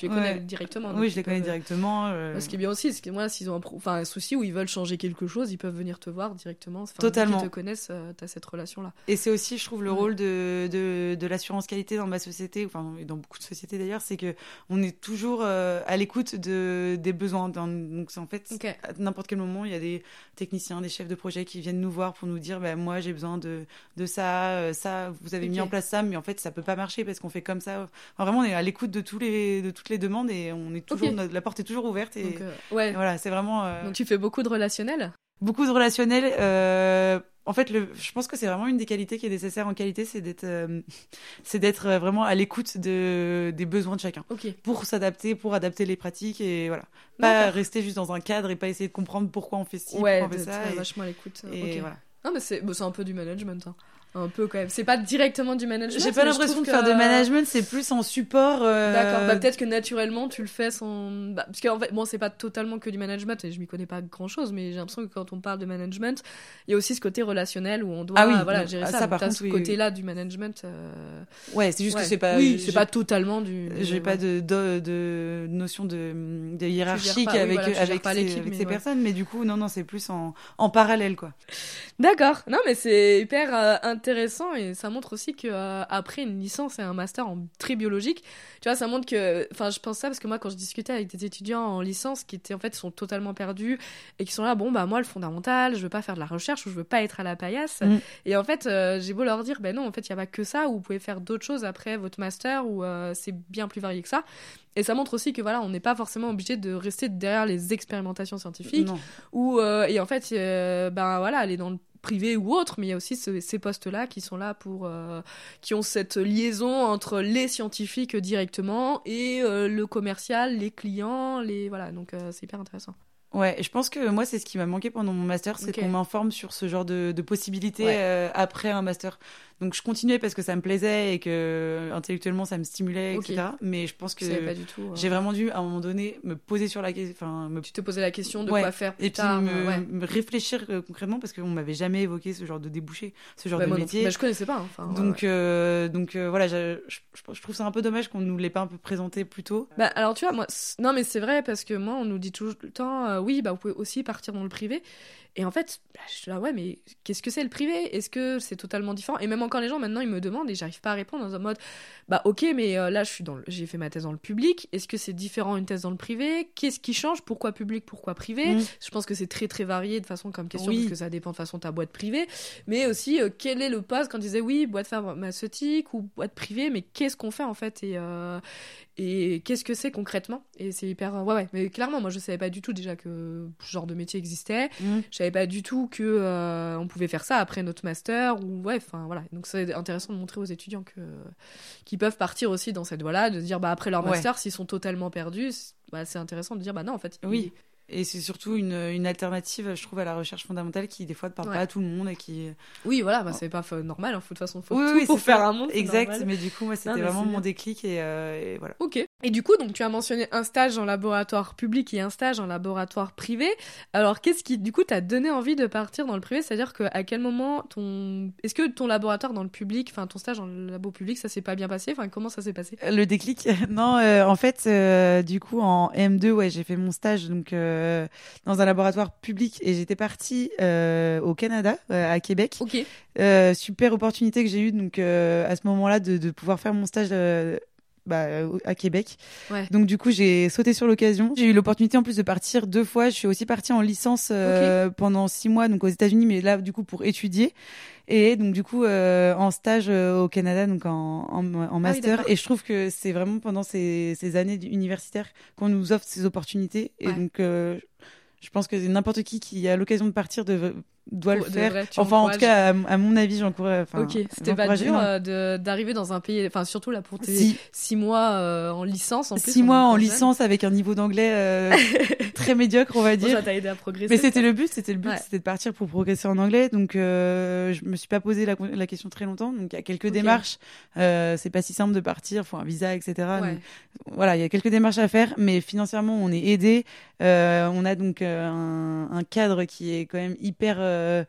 directement. Oui, je les connais peuvent... directement. Euh... Ce qui est bien aussi, c'est que moi, s'ils ont un, pro... enfin, un souci où ils veulent changer quelque chose, ils peuvent venir te voir directement. Enfin, Totalement. Ils te connaissent, euh, tu as cette relation-là. Et c'est aussi, je trouve, le ouais. rôle de, de, de l'assurance qualité dans ma société, enfin, dans beaucoup de sociétés d'ailleurs, c'est qu'on est toujours euh, à l'écoute de, des besoins. Donc, en fait, okay. à n'importe quel moment, il y a des techniciens, des chefs de projet qui viennent nous voir pour nous dire bah, moi, j'ai besoin de, de ça, ça, vous avez okay. mis en place ça, mais en fait, ça peut pas marcher parce qu'on fait comme ça. Enfin, vraiment, on est à l'écoute de, tous les, de toutes les demandes et on est toujours, okay. notre, la porte est toujours ouverte. Et, Donc, euh, ouais. et voilà, c'est vraiment. Euh... Donc, tu fais beaucoup de relationnel ? Beaucoup de relationnel. Euh... En fait, le... je pense que c'est vraiment une des qualités qui est nécessaire en qualité, c'est d'être, euh... c'est d'être vraiment à l'écoute de... des besoins de chacun. Okay. Pour s'adapter, pour adapter les pratiques et voilà. Pas D'accord. rester juste dans un cadre et pas essayer de comprendre pourquoi on fait ci, ouais, pourquoi on fait ça. Ouais, et... vachement à l'écoute. Et okay. voilà. Non, mais c'est, bon, c'est un peu du management. Hein. Un peu quand même. C'est pas directement du management. J'ai pas l'impression de que... faire de management, c'est plus en support. Euh... D'accord. Bah, peut-être que naturellement tu le fais sans. Bah, parce qu'en fait, bon, c'est pas totalement que du management et je m'y connais pas grand chose, mais j'ai l'impression que quand on parle de management, il y a aussi ce côté relationnel où on doit ah oui, voilà, non, gérer ah, ça. ça par contre, ce oui, côté-là oui. du management. Euh... Ouais, c'est juste ouais. que c'est pas. Oui, c'est pas totalement du. J'ai ouais. pas de, de, de notion de, de hiérarchique pas, avec, oui, voilà, avec, pas ces, avec mais ces ouais. personnes, mais du coup, non, non, c'est plus en, en parallèle, quoi. D'accord. Non, mais c'est hyper euh, intéressant et ça montre aussi que euh, après une licence et un master en très biologique, tu vois, ça montre que, enfin, je pense ça parce que moi, quand je discutais avec des étudiants en licence qui étaient en fait sont totalement perdus et qui sont là, bon bah moi le fondamental, je veux pas faire de la recherche ou je veux pas être à la paillasse. Mm. Et en fait, euh, j'ai beau leur dire, ben non, en fait, il y a pas que ça. Ou vous pouvez faire d'autres choses après votre master où euh, c'est bien plus varié que ça. Et ça montre aussi que voilà, on n'est pas forcément obligé de rester derrière les expérimentations scientifiques. Non. Ou euh, et en fait, euh, ben voilà, aller dans le privé ou autre, mais il y a aussi ce, ces postes-là qui sont là pour, euh, qui ont cette liaison entre les scientifiques directement et euh, le commercial, les clients, les voilà, donc euh, c'est hyper intéressant. Ouais, je pense que moi, c'est ce qui m'a manqué pendant mon master, c'est okay. qu'on m'informe sur ce genre de, de possibilités ouais. euh, après un master. Donc, je continuais parce que ça me plaisait et que intellectuellement, ça me stimulait, okay. et cetera. Mais je pense que pas du tout, hein. j'ai vraiment dû, à un moment donné, me poser sur la question. Enfin, me... Tu te posais la question de ouais. quoi faire plus et puis tard. Me, ouais. me réfléchir euh, concrètement parce qu'on m'avait jamais évoqué ce genre de débouché, ce genre bah, de moi métier. Bah, je connaissais pas. Hein. Enfin, donc, ouais, ouais. Euh, donc euh, voilà, je, je, je trouve ça un peu dommage qu'on nous l'ait pas un peu présenté plus tôt. Bah, alors, tu vois, moi, non, mais c'est vrai parce que moi, on nous dit tout le temps, euh, oui, bah, vous pouvez aussi partir dans le privé. Et en fait, bah, je suis là, ouais, mais qu'est-ce que c'est le privé ? Est-ce que c'est totalement différent ? Et même encore les gens, maintenant, ils me demandent et j'arrive pas à répondre dans un mode, bah ok, mais euh, là, je suis dans le... j'ai fait ma thèse dans le public. Est-ce que c'est différent une thèse dans le privé ? Qu'est-ce qui change ? Pourquoi public ? Pourquoi privé ? mmh. Je pense que c'est très, très varié de façon comme question, oui. parce que ça dépend de façon de ta boîte privée. Mais aussi, euh, quel est le poste quand on disait, oui, boîte pharmaceutique ou boîte privée, mais qu'est-ce qu'on fait en fait ? Et, euh... et qu'est-ce que c'est concrètement ? Et c'est hyper... Ouais, ouais, mais clairement, moi, je savais pas du tout déjà que ce genre de métier existait. Mmh. Je savais pas du tout que euh, on pouvait faire ça après notre master ou ouais, enfin voilà. Donc c'est intéressant de montrer aux étudiants que qui peuvent partir aussi dans cette voie-là, de dire bah après leur master, ouais. s'ils sont totalement perdus, c'est, bah, c'est intéressant de dire bah non en fait. Oui. Ils... Et c'est surtout une, une alternative, je trouve, à la recherche fondamentale qui, des fois, ne parle ouais. pas à tout le monde et qui... Oui, voilà, bah, c'est pas f- normal. Hein, faut, de toute façon, il faut oui, tout oui, pour faire ça. Un monde. Exact, mais du coup, moi, c'était non, vraiment mon déclic et, euh, et voilà. Ok. Et du coup, donc, tu as mentionné un stage en laboratoire public et un stage en laboratoire privé. Alors, qu'est-ce qui, du coup, t'a donné envie de partir dans le privé ? C'est-à-dire qu'à quel moment ton... Est-ce que ton laboratoire dans le public, enfin, ton stage en labo public, ça s'est pas bien passé ? Enfin, comment ça s'est passé ? Le déclic ? Non, euh, en fait, euh, du coup, en M deux, ouais, j'ai fait mon stage, donc, euh, dans un laboratoire public et j'étais partie euh, au Canada, euh, à Québec. Ok. Euh, super opportunité que j'ai eue donc euh, à ce moment-là de, de pouvoir faire mon stage euh, bah, à Québec. Ouais. Donc du coup j'ai sauté sur l'occasion. J'ai eu l'opportunité en plus de partir deux fois. Je suis aussi partie en licence euh, okay. pendant six mois donc aux États-Unis, mais là du coup pour étudier. Et donc du coup euh, en stage euh, au Canada, donc en, en, en master. Ah oui, et je trouve que c'est vraiment pendant ces, ces années universitaires qu'on nous offre ces opportunités. Et ouais. donc euh, je pense que n'importe qui qui a l'occasion de partir de, doit le faire. Vrai, enfin, en tout cas, à, à mon avis, j'encourage. Ok, c'était pas dur euh, de, d'arriver dans un pays, enfin surtout là pour tes si. six mois euh, en licence en plus. Six mois en licence jeune. Avec un niveau d'anglais euh, très médiocre, on va dire. Bon, ça t'a aidé à progresser. Mais c'était le but, c'était le but, ouais. c'était de partir pour progresser en anglais. Donc, euh, je me suis pas posé la, la question très longtemps. Donc, il y a quelques okay. démarches. Euh, c'est pas si simple de partir, faut un visa, et cetera. Ouais. Donc, voilà, il y a quelques démarches à faire, mais financièrement, on est aidé. Euh, on a donc euh, un, un cadre qui est quand même hyper. Euh,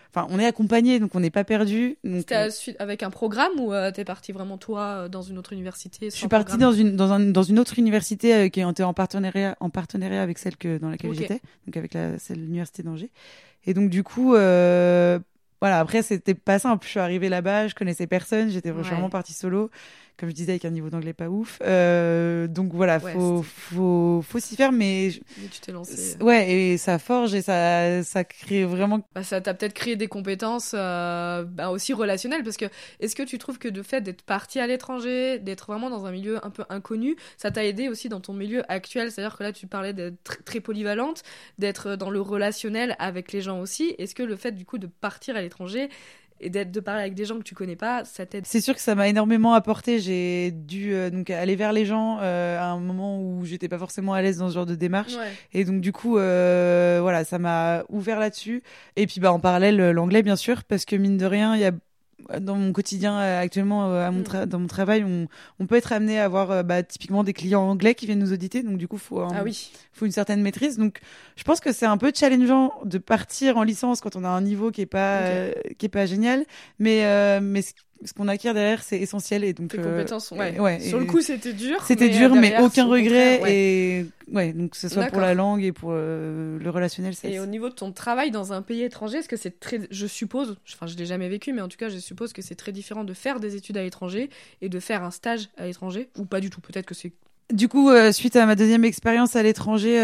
enfin, on est accompagné, donc on n'est pas perdu. C'était euh... avec un programme ou euh, t'es parti vraiment toi dans une autre université? Je suis partie dans une dans un dans une autre université euh, qui était en partenariat en partenariat avec celle que dans laquelle okay. j'étais, donc avec la celle l'université d'Angers. Et donc du coup. Euh... Voilà, après, c'était pas simple. Je suis arrivée là-bas, je connaissais personne, j'étais ouais. vraiment partie solo, comme je disais, avec un niveau d'anglais pas ouf. Euh, donc voilà, ouais, faut, faut, faut s'y faire, mais. mais tu t'es lancée. Ouais, et ça forge et ça, ça crée vraiment. Bah, ça t'a peut-être créé des compétences euh, bah, aussi relationnelles, parce que est-ce que tu trouves que le fait d'être partie à l'étranger, d'être vraiment dans un milieu un peu inconnu, ça t'a aidé aussi dans ton milieu actuel? C'est-à-dire que là, tu parlais d'être très, très polyvalente, d'être dans le relationnel avec les gens aussi. Est-ce que le fait, du coup, de partir à l'étranger et d'être de parler avec des gens que tu connais pas, ça t'aide? C'est sûr que ça m'a énormément apporté. J'ai dû euh, donc aller vers les gens euh, à un moment où j'étais pas forcément à l'aise dans ce genre de démarche, ouais. et donc du coup euh, voilà, ça m'a ouvert là-dessus. Et puis bah en parallèle l'anglais bien sûr, parce que mine de rien il y a dans mon quotidien euh, actuellement euh, à mon tra- dans mon travail, on, on peut être amené à avoir euh, bah, typiquement des clients anglais qui viennent nous auditer, donc du coup faut un, ah oui. faut une certaine maîtrise. Donc je pense que c'est un peu challengeant de partir en licence quand on a un niveau qui est pas okay. euh, qui est pas génial, mais euh, mais ce, ce qu'on acquiert derrière c'est essentiel. Et donc tes euh, compétences ouais, et, ouais sur et, le coup c'était dur c'était mais dur derrière, mais aucun regret ouais. Et ouais, donc que ce soit D'accord. pour la langue et pour euh, le relationnel. Ça, et c'est... au niveau de ton travail dans un pays étranger, est-ce que c'est très, je suppose, enfin je l'ai jamais vécu, mais en tout cas je suppose que c'est très différent de faire des études à l'étranger et de faire un stage à l'étranger, ou pas du tout? Peut-être que c'est. Du coup, euh, suite à ma deuxième expérience à l'étranger,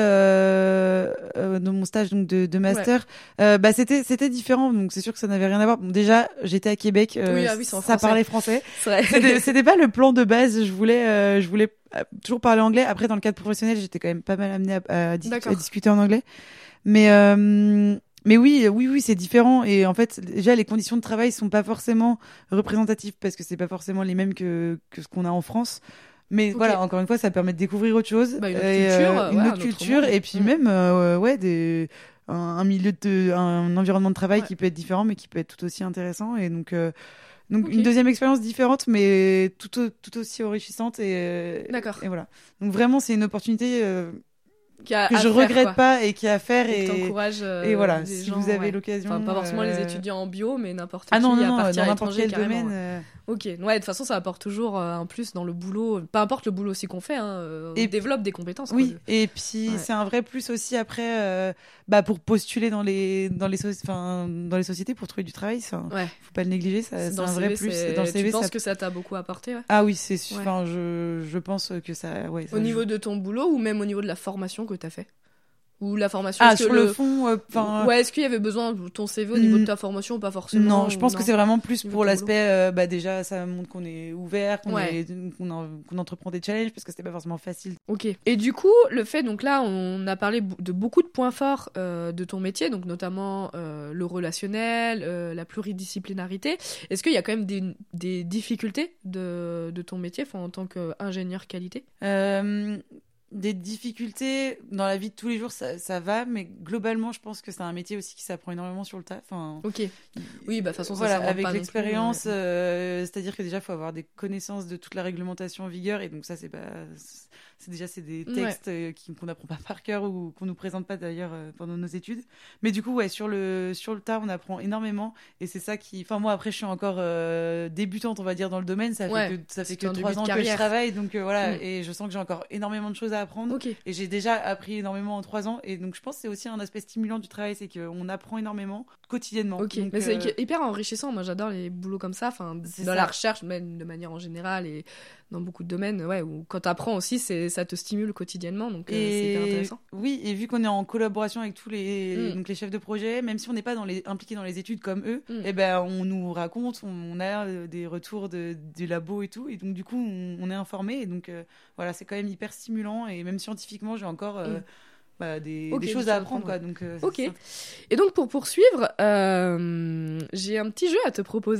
euh, euh, dans mon stage donc de, de master, ouais. euh, bah c'était c'était différent. Donc c'est sûr que ça n'avait rien à voir. Bon, déjà, j'étais à Québec, euh, oui, ah oui, ça français. parlait français. C'est vrai. C'était, c'était pas le plan de base. Je voulais, euh, je voulais toujours parler anglais. Après, dans le cadre professionnel, j'étais quand même pas mal amenée à, à, dis- à discuter en anglais. Mais euh, mais oui, oui, oui, c'est différent. Et en fait, déjà, les conditions de travail sont pas forcément représentatives parce que c'est pas forcément les mêmes que que ce qu'on a en France. Mais okay. voilà, encore une fois, ça permet de découvrir autre chose, bah, une autre et, culture, euh, une ouais, autre culture, monde. Et puis mmh. même, euh, ouais, des, un, un milieu de, un environnement de travail ouais. qui peut être différent, mais qui peut être tout aussi intéressant. Et donc, euh, donc okay. une deuxième expérience différente, mais tout, tout aussi enrichissante. Et, D'accord. Et voilà. Donc vraiment, c'est une opportunité. Euh, Qui a que je faire, regrette quoi. pas et qui a à faire et, et t'encourage euh, et voilà des si gens, vous avez ouais. l'occasion enfin pas forcément euh... les étudiants en bio mais n'importe ah qui non, non, à non, partir dans à n'importe quel carrément, domaine ouais. euh... ok ouais de toute façon ça apporte toujours euh, un plus dans le boulot, peu importe le boulot aussi qu'on fait hein, euh, et on développe des compétences oui quoi. Et puis ouais. C'est un vrai plus aussi après euh, bah pour postuler dans les dans les so- enfin dans les sociétés pour trouver du travail, ça ouais. faut pas le négliger, ça, c'est, c'est un vrai plus c'est... dans le C V. Tu penses ça... que ça t'a beaucoup apporté? Ouais. Ah oui, c'est enfin ouais. je je pense que ça ouais ça au niveau joue. de ton boulot ou même au niveau de la formation que t'as fait? Ou la formation ah sur le, le fond enfin euh, ouais, est-ce qu'il y avait besoin de ton C V au niveau de ta formation ou pas forcément? Non, je pense non. que c'est vraiment plus pour l'aspect euh, bah déjà ça montre qu'on est ouvert, qu'on ouais. est qu'on, en, qu'on entreprend des challenges parce que c'était pas forcément facile. OK. Et du coup, le fait donc là on a parlé de beaucoup de points forts euh, de ton métier, donc notamment euh, le relationnel, euh, la pluridisciplinarité. Est-ce qu'il y a quand même des des difficultés de de ton métier en tant qu'ingénieur qualité? Euh Des difficultés dans la vie de tous les jours, ça, ça va, mais globalement, je pense que c'est un métier aussi qui s'apprend énormément sur le tas. Enfin, ok. Oui, bah de toute façon, voilà, ça avec pas l'expérience, plus, ouais. euh, c'est-à-dire que déjà, il faut avoir des connaissances de toute la réglementation en vigueur, et donc ça, c'est pas, c'est déjà c'est des textes ouais. euh, qui, qu'on n'apprend pas par cœur ou qu'on nous présente pas d'ailleurs euh, pendant nos études. Mais du coup, ouais, sur le sur le tas, on apprend énormément, et c'est ça qui, enfin moi après, je suis encore euh, débutante, on va dire, dans le domaine. Ça ouais, fait que ça fait que trois ans que je travaille, donc euh, voilà, mm. et je sens que j'ai encore énormément de choses à apprendre. Okay. Et j'ai déjà appris énormément en trois ans, et donc je pense que c'est aussi un aspect stimulant du travail, c'est qu'on apprend énormément quotidiennement. Ok, donc, mais euh... c'est hyper enrichissant. Moi, j'adore les boulots comme ça, enfin, dans ça. La recherche, même de manière en générale, et dans beaucoup de domaines, ouais, où quand t'apprends aussi, c'est, ça te stimule quotidiennement, donc euh, c'est hyper intéressant. Oui, et vu qu'on est en collaboration avec tous les, mm. donc les chefs de projet, même si on n'est pas dans les, impliqués dans les études comme eux, mm. et ben on nous raconte, on a des retours de, du labo et tout, et donc du coup on, on est informé, et donc euh, voilà, c'est quand même hyper stimulant, et même scientifiquement, j'ai encore euh, mm. bah, des, okay, des choses à apprendre, quoi. Donc, euh, ok. Et donc pour poursuivre, euh, j'ai un petit jeu à te proposer.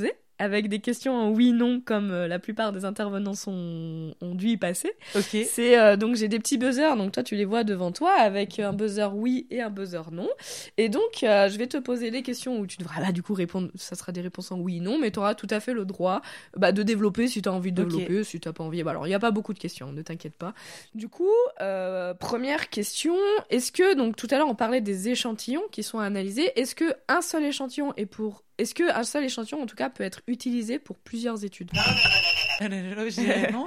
avec des questions en oui/non, comme euh, la plupart des intervenants sont... ont dû y passer. Ok. C'est, euh, donc j'ai des petits buzzers, donc toi tu les vois devant toi, avec un buzzer oui et un buzzer non. Et donc euh, je vais te poser les questions où tu devras là du coup répondre, ça sera des réponses en oui/non, mais tu auras tout à fait le droit bah, de développer si tu as envie de développer, okay. Si tu n'as pas envie. Bah, alors il n'y a pas beaucoup de questions, ne t'inquiète pas. Du coup, euh, première question, est-ce que, donc tout à l'heure on parlait des échantillons qui sont analysés, est-ce que un seul échantillon est pour... Est-ce qu'un seul échantillon, en tout cas, peut être utilisé pour plusieurs études ? non.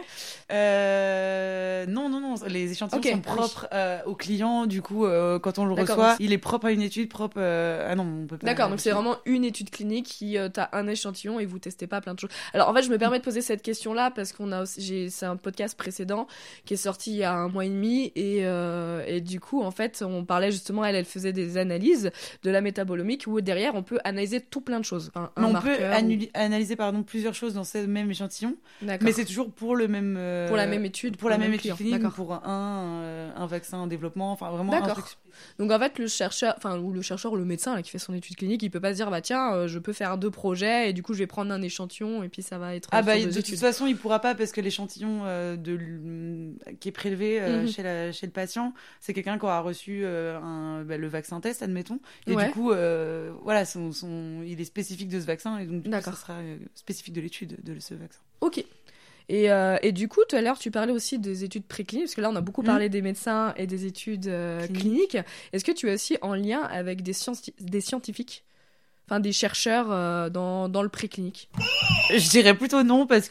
Euh, non, non, non. Les échantillons okay, sont propres oui. euh, au client. Du coup, euh, quand on le D'accord, reçoit, il est propre à une étude, propre. Euh... Ah non, on peut pas. D'accord, donc c'est vraiment une étude clinique qui euh, t'as un échantillon et vous testez pas plein de choses. Alors en fait, je me permets de poser cette question-là parce qu'on a aussi, j'ai, c'est un podcast précédent qui est sorti il y a un mois et demi et euh, et du coup, en fait, on parlait justement, elle, elle faisait des analyses de la métabolomique où derrière on peut analyser tout plein de choses. Enfin, un on marqueur, peut annuli- ou... analyser pardon plusieurs choses dans ce même échantillon. D'accord. Mais c'est toujours pour le même euh, pour la même étude pour, pour la même étude client. clinique pour un un, un vaccin en développement, enfin vraiment D'accord. un truc. Donc en fait le chercheur enfin ou le chercheur ou le médecin là, qui fait son étude clinique, il peut pas se dire bah tiens euh, je peux faire deux projets et du coup je vais prendre un échantillon et puis ça va être ah bah de études. Toute façon il pourra pas parce que l'échantillon euh, de qui est prélevé euh, mm-hmm. chez la chez le patient, c'est quelqu'un qui aura reçu euh, un bah, le vaccin test admettons et ouais. du coup euh, voilà son, son il est spécifique de ce vaccin et donc du coup, ça sera euh, spécifique de l'étude de ce vaccin. OK. Et, euh, et du coup, tout à l'heure, tu parlais aussi des études précliniques, parce que là, on a beaucoup parlé mmh. des médecins et des études euh, cliniques. cliniques. Est-ce que tu es aussi en lien avec des, scienci- des scientifiques, enfin des chercheurs euh, dans, dans le préclinique ? Je dirais plutôt non, parce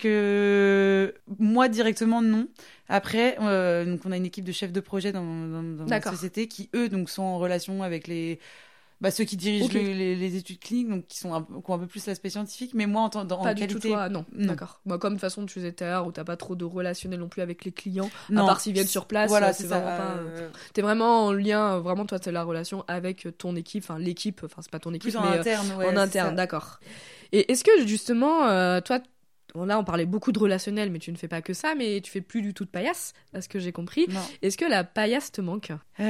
que moi, directement, non. Après, euh, donc on a une équipe de chefs de projet dans, dans, dans la société qui, eux, donc, sont en relation avec les... Bah, ceux qui dirigent okay. le, les, les études cliniques, donc qui, sont un, qui ont un peu plus l'aspect scientifique, mais moi en, en, en pas qualité... Pas du tout toi, non, non. D'accord. Bah, comme de toute façon tu faisais tout à l'heure, où t'as pas trop de relationnel non plus avec les clients, non. à part s'ils viennent sur place, voilà, c'est, c'est vraiment ça, pas... Euh... T'es vraiment en lien, vraiment toi t'as la relation avec ton équipe, enfin l'équipe, enfin c'est pas ton équipe, plus mais en interne, ouais, en interne, d'accord. Et est-ce que justement, euh, toi... Bon, là, on parlait beaucoup de relationnel, mais tu ne fais pas que ça, mais tu fais plus du tout de paillasse, à ce que j'ai compris. Non. Est-ce que la paillasse te manque ?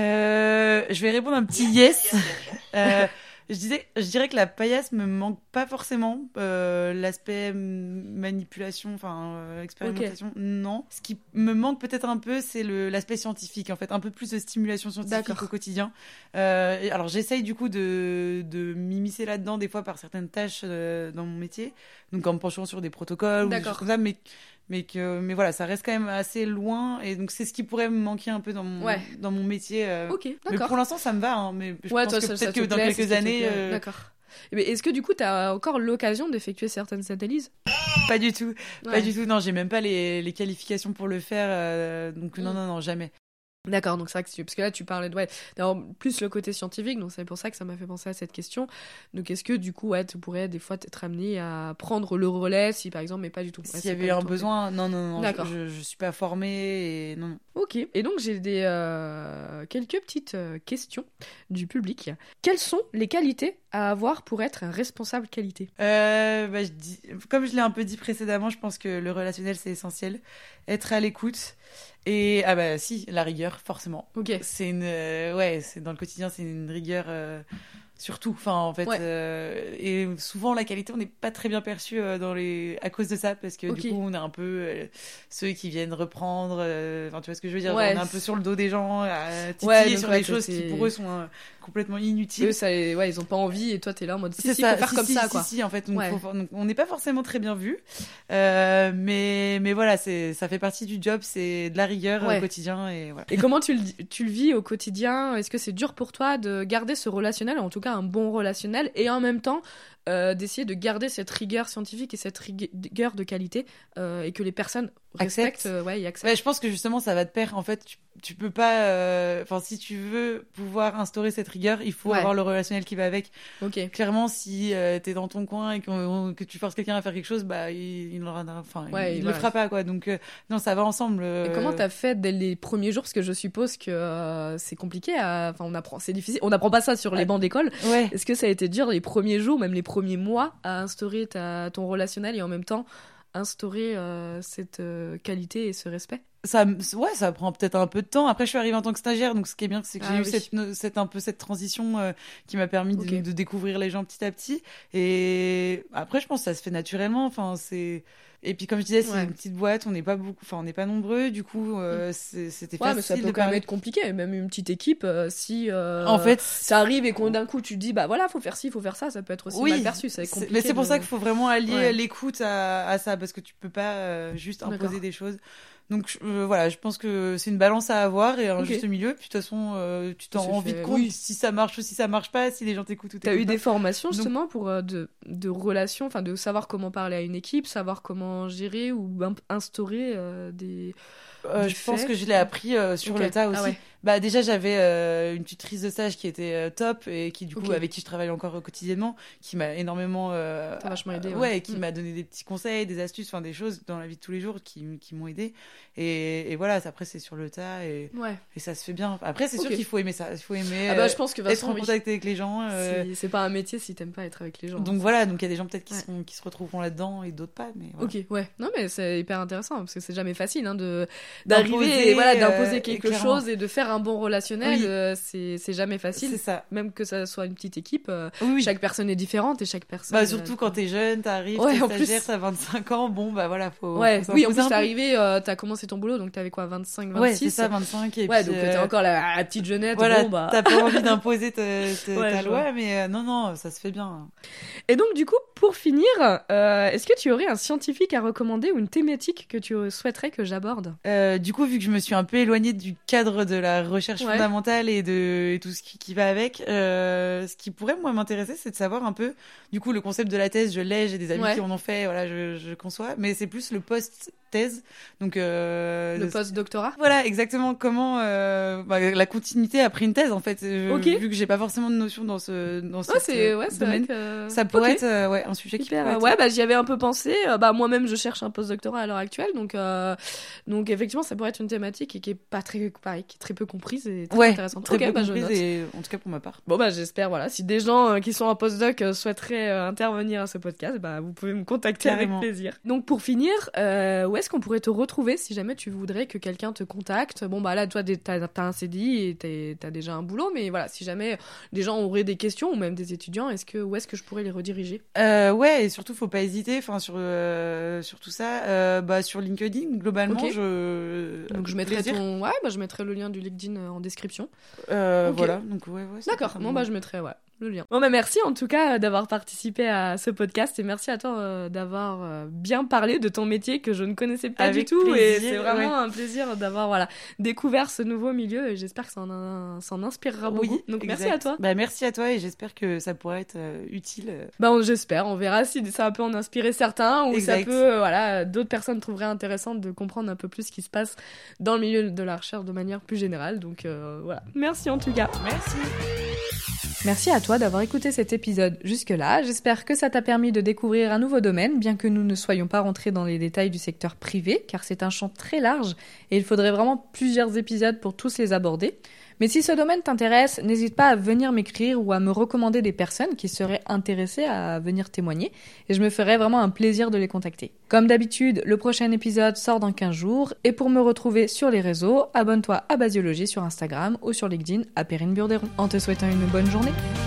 euh, Je vais répondre un petit yes. euh, je, disais, je dirais que la paillasse me manque pas forcément. Euh, l'aspect manipulation, enfin euh, expérimentation, okay. non. Ce qui me manque peut-être un peu, c'est le, l'aspect scientifique, en fait. Un peu plus de stimulation scientifique D'accord. au quotidien. Euh, et alors, j'essaye du coup de, de m'immiscer là-dedans, des fois, par certaines tâches euh, dans mon métier. Donc, en me penchant sur des protocoles D'accord. ou des choses comme ça, mais... Mais, que, mais voilà, ça reste quand même assez loin. Et donc, c'est ce qui pourrait me manquer un peu dans mon, ouais. dans mon métier. Euh. Ok, d'accord. Mais pour l'instant, ça me va. Hein, mais je ouais, pense toi, que ça, peut-être ça que dans plaît, quelques années... Euh... D'accord. Mais est-ce que du coup, tu as encore l'occasion d'effectuer certaines analyses ? Pas du tout. Ouais. Pas du tout. Non, j'ai même pas les, les qualifications pour le faire. Euh, donc, mm. non, non, non, jamais. D'accord, donc c'est vrai que tu... parce que là tu parlais de ouais, d'avoir plus le côté scientifique, donc c'est pour ça que ça m'a fait penser à cette question. Donc est-ce que du coup ouais, tu pourrais des fois être amené à prendre le relais si par exemple, mais pas du tout. S'il ouais, y avait un besoin, mais... non, non, non, D'accord. Je, je, je suis pas formée et non. Ok, et donc j'ai des euh, quelques petites euh, questions du public. Quelles sont les qualités à avoir pour être un responsable qualité ? euh, bah, je dis... Comme je l'ai un peu dit précédemment, je pense que le relationnel c'est essentiel. Être à l'écoute. Et ah bah si, la rigueur forcément. Ok. C'est une euh, ouais, c'est dans le quotidien, c'est une rigueur euh, surtout. Enfin en fait, ouais. euh, et souvent la qualité on n'est pas très bien perçu euh, dans les à cause de ça parce que okay. du coup on est un peu euh, ceux qui viennent reprendre. Enfin euh, tu vois ce que je veux dire, ouais. on est un peu sur le dos des gens, à titiller ouais, sur ouais, les choses c'est... qui pour eux sont euh, complètement inutiles. Eux ça, ouais, ils ont pas envie et toi t'es là en mode si c'est si, ça, faut faire si, comme si, ça si, quoi. Si si en fait, donc, ouais. faut, donc, on n'est pas forcément très bien vu, euh, mais mais voilà c'est ça fait partie du job, c'est de la rigueur ouais. au quotidien et voilà. Et comment tu le tu le vis au quotidien ? Est-ce que c'est dur pour toi de garder ce relationnel, en tout cas un bon relationnel, et en même temps euh, d'essayer de garder cette rigueur scientifique et cette rigueur de qualité euh, et que les personnes respectent, euh, ouais, et acceptent. Ouais, je pense que justement ça va de pair. En fait, tu, tu peux pas. Enfin, euh, si tu veux pouvoir instaurer cette rigueur, il faut ouais. avoir le relationnel qui va avec. Ok. Clairement, si euh, t'es dans ton coin et que, que tu forces quelqu'un à faire quelque chose, bah il, il aura, enfin, ouais, il, il voilà. le fera pas quoi. Donc euh, non, ça va ensemble. Euh... Et comment t'as fait dès les premiers jours ? Parce que je suppose que euh, c'est compliqué. Enfin, on apprend, c'est difficile. On n'apprend pas ça sur ouais. les bancs d'école. Ouais. Est-ce que ça a été dur les premiers jours, même les premiers mois, à instaurer ta, ton relationnel et en même temps instaurer euh, cette euh, qualité et ce respect ? ça, ouais, ça prend peut-être un peu de temps. Après, je suis arrivée en tant que stagiaire, donc ce qui est bien, c'est que Ah, j'ai oui. eu cette, cette, un peu cette transition euh, qui m'a permis de, Okay. de découvrir les gens petit à petit. Et après, je pense que ça se fait naturellement. Enfin, c'est... Et puis, comme je disais, c'est Ouais. une petite boîte, on n'est pas beaucoup, enfin, on n'est pas nombreux, du coup, euh, c'est- c'était Ouais, facile mais ça peut de quand même parler. être compliqué, même une petite équipe, euh, si euh, En fait, ça arrive et qu'on d'un coup tu te dis bah voilà, faut faire ci, faut faire ça, ça peut être aussi oui, mal perçu, c'est c'est- compliqué. mais c'est pour de- ça qu'il faut vraiment allier Ouais. l'écoute à, à ça, parce que tu peux pas euh, juste imposer D'accord. des choses. Donc euh, voilà, je pense que c'est une balance à avoir et un Ok. juste milieu. Puis de toute façon, euh, tu t'en Ça se rends fait, vite compte oui. si ça marche ou si ça marche pas, si les gens t'écoutent ou T'as t'écoutent eu pas. des formations Donc- justement pour euh, de, de relations, enfin de savoir comment parler à une équipe, savoir comment gérer ou imp- instaurer euh, des. Euh, du je pense fait. que je l'ai appris euh, sur Ok. le tas Ah aussi. ouais. Bah déjà j'avais euh, une tutrice de stage qui était euh, top et qui du coup Ok. avec qui je travaille encore euh, quotidiennement, qui m'a énormément euh, T'as vachement aidé, euh, ouais. et qui Mm. m'a donné des petits conseils, des astuces, enfin des choses dans la vie de tous les jours qui, qui m'ont aidé. Et, et voilà, après c'est sur le tas et, Ouais. et ça se fait bien. Après c'est sûr Ok. qu'il faut aimer ça, il faut aimer Ah bah euh, je pense que être Vincent, en oui. contact avec les gens. euh, C'est- C'est pas un métier si t'aimes pas être avec les gens. donc voilà, donc il y a des gens peut-être qui, Ouais. seront, qui se retrouveront là-dedans et d'autres pas. Mais voilà. Ok, ouais. Non, mais c'est hyper intéressant parce que c'est jamais facile hein, de D'imposer, d'arriver et voilà d'imposer euh, quelque clairement. chose et de faire un bon relationnel. Oui. euh, c'est c'est jamais facile. C'est ça. Même que ça soit une petite équipe, euh, Oui, oui. chaque personne est différente et chaque personne. Bah euh, surtout quand t'es jeune, t'arrives, Ouais, t'es en plus. stagiaire, t'as vingt-cinq ans, bon bah voilà, faut. Ouais, faut oui, en s'imposer plus un t'es peu. arrivé, euh, t'as commencé ton boulot, donc t'avais quoi, vingt-cinq, vingt-six Ouais, c'est ça, vingt-cinq et Ouais, puis, donc euh, t'es encore la, la petite jeunette. voilà, Bon, bah. t'as pas envie d'imposer ta, ta, Ouais, ta je loi, vois. mais euh, non, non, ça se fait bien. Et donc, du coup, pour finir, euh, est-ce que tu aurais un scientifique à recommander ou une thématique que tu souhaiterais que j'aborde? Euh, du coup, vu que je me suis un peu éloignée du cadre de la recherche Ouais. fondamentale et de et tout ce qui, qui va avec, euh, ce qui pourrait moi m'intéresser, c'est de savoir un peu, du coup, le concept de la thèse, je l'ai, j'ai des amis Ouais. qui en ont fait, voilà, je, je conçois, mais c'est plus le post-thèse, donc euh, Le post-doctorat? Voilà, exactement. Comment euh, bah, la continuité après une thèse, en fait. Je- Ok. Vu que j'ai pas forcément de notion dans ce dans ce Ouais, c'est ouais, c'est vrai domaine, que... ça pourrait Ok. être euh, ouais un sujet qui Hyper, pourrait être... ouais, bah j'y avais un peu pensé. Euh, Bah moi-même, je cherche un post-doctorat à l'heure actuelle, donc euh, donc effectivement, ça pourrait être une thématique et qui est pas très pareil, qui est très peu comprise et très ouais, intéressante. très Ok, peu bah je comprise note. et en tout cas pour ma part. Bon bah j'espère, voilà, si des gens euh, qui sont en postdoc euh, souhaiteraient euh, intervenir à ce podcast, bah vous pouvez me contacter Carrément. avec plaisir. Donc pour finir, euh, où est-ce qu'on pourrait te retrouver si jamais tu voudrais que quelqu'un te contacte? Bon bah là toi des- t'as t'as un C D I et t'es- t'as déjà un boulot, mais voilà, si jamais des gens auraient des questions ou même des étudiants, est-ce que où est-ce que je pourrais les rediriger? Euh, ouais, et surtout faut pas hésiter, enfin sur euh, sur tout ça, euh, bah sur LinkedIn globalement, Ok. je Donc je mettrai plaisir. ton ouais, bah je mettrai le lien du LinkedIn euh, en description. Euh, Ok. Voilà, donc ouais, ouais. c'est D'accord. pas Bon mal. bah je mettrai ouais le lien. Bon bah merci en tout cas euh, d'avoir participé à ce podcast et merci à toi euh, d'avoir euh, bien parlé de ton métier que je ne connaissais pas Avec du tout et plaisir, c'est vraiment ouais. un plaisir d'avoir voilà découvert ce nouveau milieu et j'espère que ça en, s'en inspirera beaucoup. Oui, Donc merci exact. à toi. Bah merci à toi et j'espère que ça pourrait être euh, utile. euh. Bah on- j'espère, on verra si ça peut en inspirer certains ou ça Exact. peut euh, voilà d'autres personnes trouveraient intéressant de comprendre un peu plus ce qui se passe dans le milieu de la recherche de manière plus générale. Donc euh, voilà. Merci en tout cas. Merci. Merci à toi d'avoir écouté cet épisode jusque-là. J'espère que ça t'a permis de découvrir un nouveau domaine, bien que nous ne soyons pas rentrés dans les détails du secteur privé, car c'est un champ très large et il faudrait vraiment plusieurs épisodes pour tous les aborder. Mais si ce domaine t'intéresse, n'hésite pas à venir m'écrire ou à me recommander des personnes qui seraient intéressées à venir témoigner, et je me ferai vraiment un plaisir de les contacter. Comme d'habitude, le prochain épisode sort dans quinze jours, et pour me retrouver sur les réseaux, abonne-toi à Basiologie sur Instagram ou sur LinkedIn à Perrine Burderon. En te souhaitant une bonne journée.